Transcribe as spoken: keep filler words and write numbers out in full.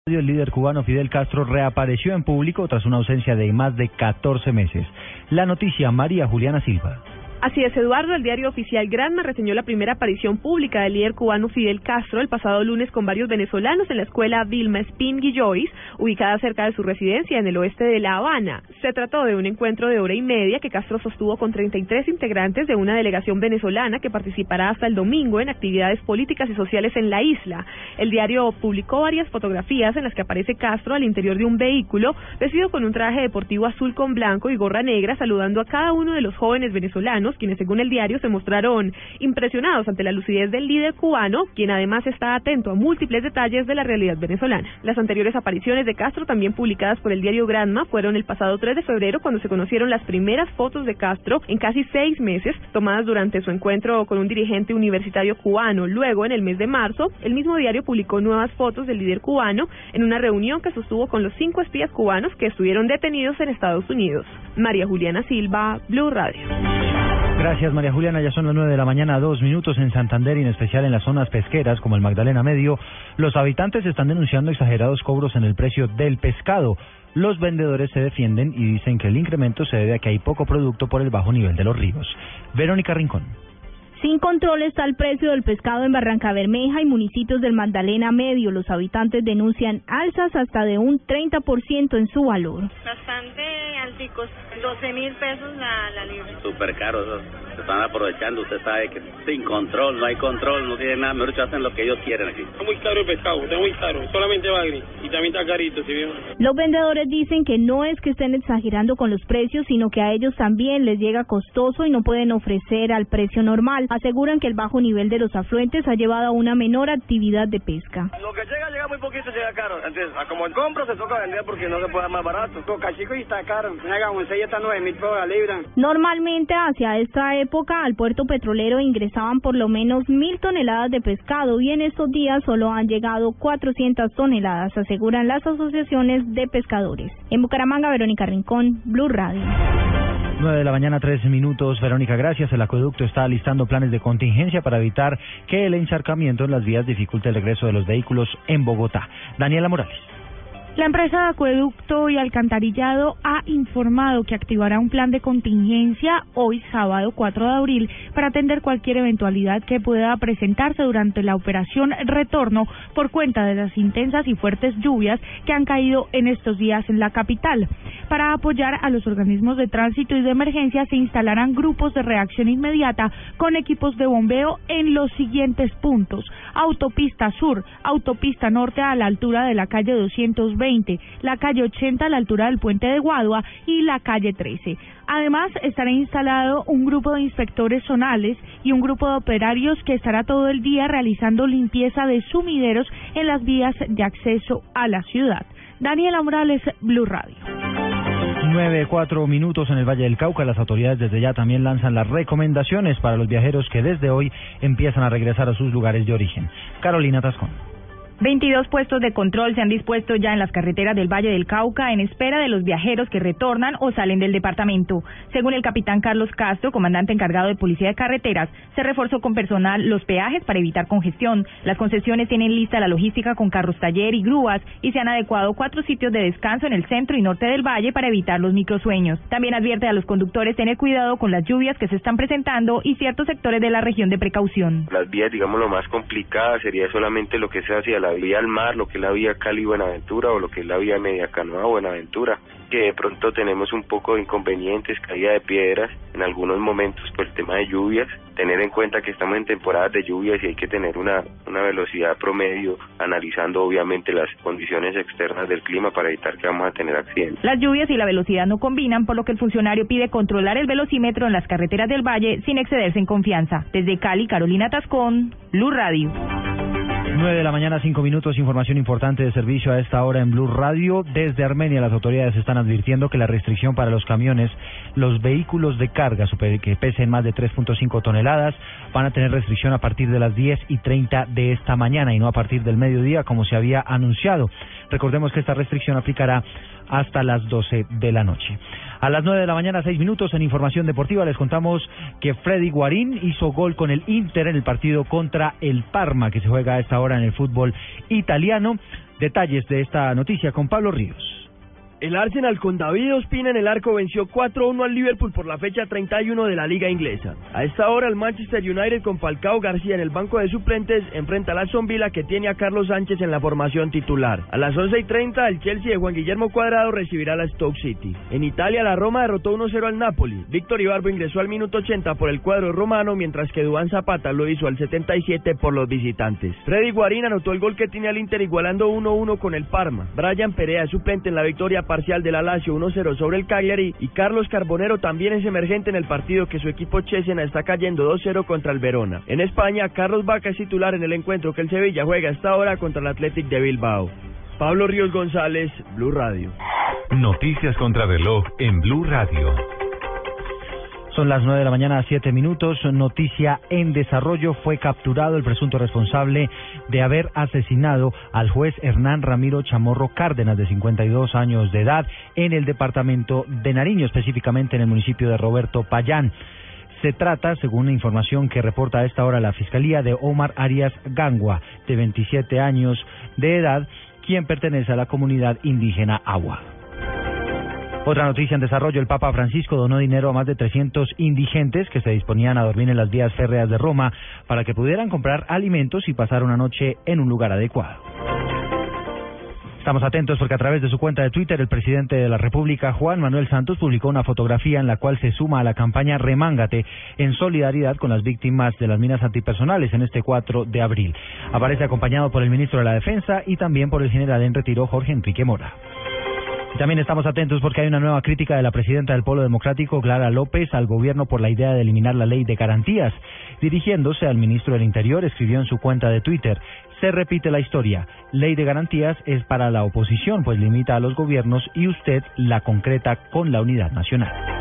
El líder cubano Fidel Castro reapareció en público tras una ausencia de más de catorce meses. La noticia, María Juliana Silva. Así es, Eduardo. El diario oficial Granma reseñó la primera aparición pública del líder cubano Fidel Castro el pasado lunes con varios venezolanos en la escuela Vilma Espín Guillois, ubicada cerca de su residencia en el oeste de La Habana. Se trató de un encuentro de hora y media que Castro sostuvo con treinta y tres integrantes de una delegación venezolana que participará hasta el domingo en actividades políticas y sociales en la isla. El diario publicó varias fotografías en las que aparece Castro al interior de un vehículo, vestido con un traje deportivo azul con blanco y gorra negra, saludando a cada uno de los jóvenes venezolanos, quienes según el diario se mostraron impresionados ante la lucidez del líder cubano, quien además está atento a múltiples detalles de la realidad venezolana. Las anteriores apariciones de Castro, también publicadas por el diario Granma, fueron el pasado tres de febrero, cuando se conocieron las primeras fotos de Castro en casi seis meses, tomadas durante su encuentro con un dirigente universitario cubano. Luego, en el mes de marzo, el mismo diario publicó nuevas fotos del líder cubano en una reunión que sostuvo con los cinco espías cubanos que estuvieron detenidos en Estados Unidos. María Juliana Silva, Blue Radio. Gracias, María Juliana. Ya son las nueve de la mañana, dos minutos en Santander, y en especial en las zonas pesqueras como el Magdalena Medio. Los habitantes están denunciando exagerados cobros en el precio del pescado. Los vendedores se defienden y dicen que el incremento se debe a que hay poco producto por el bajo nivel de los ríos. Verónica Rincón. Sin control está el precio del pescado en Barrancabermeja y municipios del Magdalena Medio. Los habitantes denuncian alzas hasta de un treinta por ciento en su valor. Bastante alticos, doce mil pesos la, la libra. Súper caro, eso. Se están aprovechando, usted sabe que sin control, no hay control, no tienen nada, mejor dicho, hacen lo que ellos quieren aquí. Está muy caro el pescado, está muy caro, solamente bagre, y también está carito, ¿sí vio? Los vendedores dicen que no es que estén exagerando con los precios, sino que a ellos también les llega costoso y no pueden ofrecer al precio normal. Aseguran que el bajo nivel de los afluentes ha llevado a una menor actividad de pesca. Lo que llega, llega muy poquito, llega caro. Entonces, como el compro, se toca vender porque no se puede dar más barato. Toca chico y está caro. Una gamoncella está nueve mil pesos la libra. Normalmente, hacia esta época, al puerto petrolero ingresaban por lo menos mil toneladas de pescado y en estos días solo han llegado cuatrocientas toneladas, aseguran las asociaciones de pescadores. En Bucaramanga, Verónica Rincón, Blue Radio. nueve de la mañana, tres minutos. Verónica, gracias. El acueducto está listando planes de contingencia para evitar que el encharcamiento en las vías dificulte el regreso de los vehículos en Bogotá. Daniela Morales. La empresa de acueducto y alcantarillado ha informado que activará un plan de contingencia hoy, sábado cuatro de abril, para atender cualquier eventualidad que pueda presentarse durante la operación retorno por cuenta de las intensas y fuertes lluvias que han caído en estos días en la capital. Para apoyar a los organismos de tránsito y de emergencia se instalarán grupos de reacción inmediata con equipos de bombeo en los siguientes puntos: autopista sur, autopista norte a la altura de la calle doscientos veinte, la calle ochenta a la altura del puente de Guadua y la calle trece. Además, estará instalado un grupo de inspectores zonales y un grupo de operarios que estará todo el día realizando limpieza de sumideros en las vías de acceso a la ciudad. Daniela Morales, Blue Radio. nueve, cuatro minutos en el Valle del Cauca. Las autoridades desde ya también lanzan las recomendaciones para los viajeros que desde hoy empiezan a regresar a sus lugares de origen. Carolina Tascón. veintidós puestos de control se han dispuesto ya en las carreteras del Valle del Cauca en espera de los viajeros que retornan o salen del departamento. Según el capitán Carlos Castro, comandante encargado de Policía de Carreteras, se reforzó con personal los peajes para evitar congestión. Las concesiones tienen lista la logística con carros taller y grúas y se han adecuado cuatro sitios de descanso en el centro y norte del valle para evitar los microsueños. También advierte a los conductores tener cuidado con las lluvias que se están presentando y ciertos sectores de la región de precaución. Las vías, digamos, lo más complicada sería solamente lo que sea hacia la vía al mar, lo que es la vía Cali-Buenaventura o lo que es la vía Media Canoa-Buenaventura, que de pronto tenemos un poco de inconvenientes, caída de piedras en algunos momentos por el tema de lluvias. Tener en cuenta que estamos en temporadas de lluvias y hay que tener una, una velocidad promedio, analizando obviamente las condiciones externas del clima para evitar que vamos a tener accidentes. Las lluvias y la velocidad no combinan, por lo que el funcionario pide controlar el velocímetro en las carreteras del valle sin excederse en confianza. Desde Cali, Carolina Tascón, Blue Radio. nueve de la mañana, cinco minutos, información importante de servicio a esta hora en Blue Radio. Desde Armenia las autoridades están advirtiendo que la restricción para los camiones, los vehículos de carga super, que pesen más de tres punto cinco toneladas, van a tener restricción a partir de las diez y treinta de esta mañana y no a partir del mediodía como se había anunciado. Recordemos que esta restricción aplicará hasta las doce de la noche. A las nueve de la mañana, seis minutos, en Información Deportiva les contamos que Freddy Guarín hizo gol con el Inter en el partido contra el Parma, que se juega a esta hora en el fútbol italiano. Detalles de esta noticia con Pablo Ríos. El Arsenal con David Ospina en el arco venció cuatro a uno al Liverpool por la fecha treinta y uno de la Liga Inglesa. A esta hora el Manchester United con Falcao García en el banco de suplentes enfrenta al Aston Villa, que tiene a Carlos Sánchez en la formación titular. A las once y treinta el Chelsea de Juan Guillermo Cuadrado recibirá a la Stoke City. En Italia la Roma derrotó uno cero al Napoli. Víctor Ibarbo ingresó al minuto ochenta por el cuadro romano, mientras que Duván Zapata lo hizo al setenta y siete por los visitantes. Freddy Guarín anotó el gol que tiene al Inter igualando uno a uno con el Parma. Brian Perea es suplente en la victoria parcial de la Lazio uno cero sobre el Cagliari, y Carlos Carbonero también es emergente en el partido que su equipo Cesena está cayendo dos cero contra el Verona. En España, Carlos Vaca es titular en el encuentro que el Sevilla juega a esta hora contra el Athletic de Bilbao. Pablo Ríos González, Blue Radio. Noticias contra reloj en Blue Radio. Son las nueve de la mañana, siete minutos. Noticia en desarrollo: fue capturado el presunto responsable de haber asesinado al juez Hernán Ramiro Chamorro Cárdenas, de cincuenta y dos años de edad, en el departamento de Nariño, específicamente en el municipio de Roberto Payán. Se trata, según la información que reporta a esta hora la Fiscalía, de Omar Arias Gangua, de veintisiete años de edad, quien pertenece a la comunidad indígena Agua. Otra noticia en desarrollo: el Papa Francisco donó dinero a más de trescientos indigentes que se disponían a dormir en las vías férreas de Roma para que pudieran comprar alimentos y pasar una noche en un lugar adecuado. Estamos atentos porque a través de su cuenta de Twitter el presidente de la República, Juan Manuel Santos, publicó una fotografía en la cual se suma a la campaña Remángate, en solidaridad con las víctimas de las minas antipersonales en este cuatro de abril. Aparece acompañado por el ministro de la Defensa y también por el general en retiro, Jorge Enrique Mora. También estamos atentos porque hay una nueva crítica de la presidenta del Polo Democrático, Clara López, al gobierno por la idea de eliminar la ley de garantías. Dirigiéndose al ministro del Interior, escribió en su cuenta de Twitter: se repite la historia, ley de garantías es para la oposición, pues limita a los gobiernos y usted la concreta con la unidad nacional.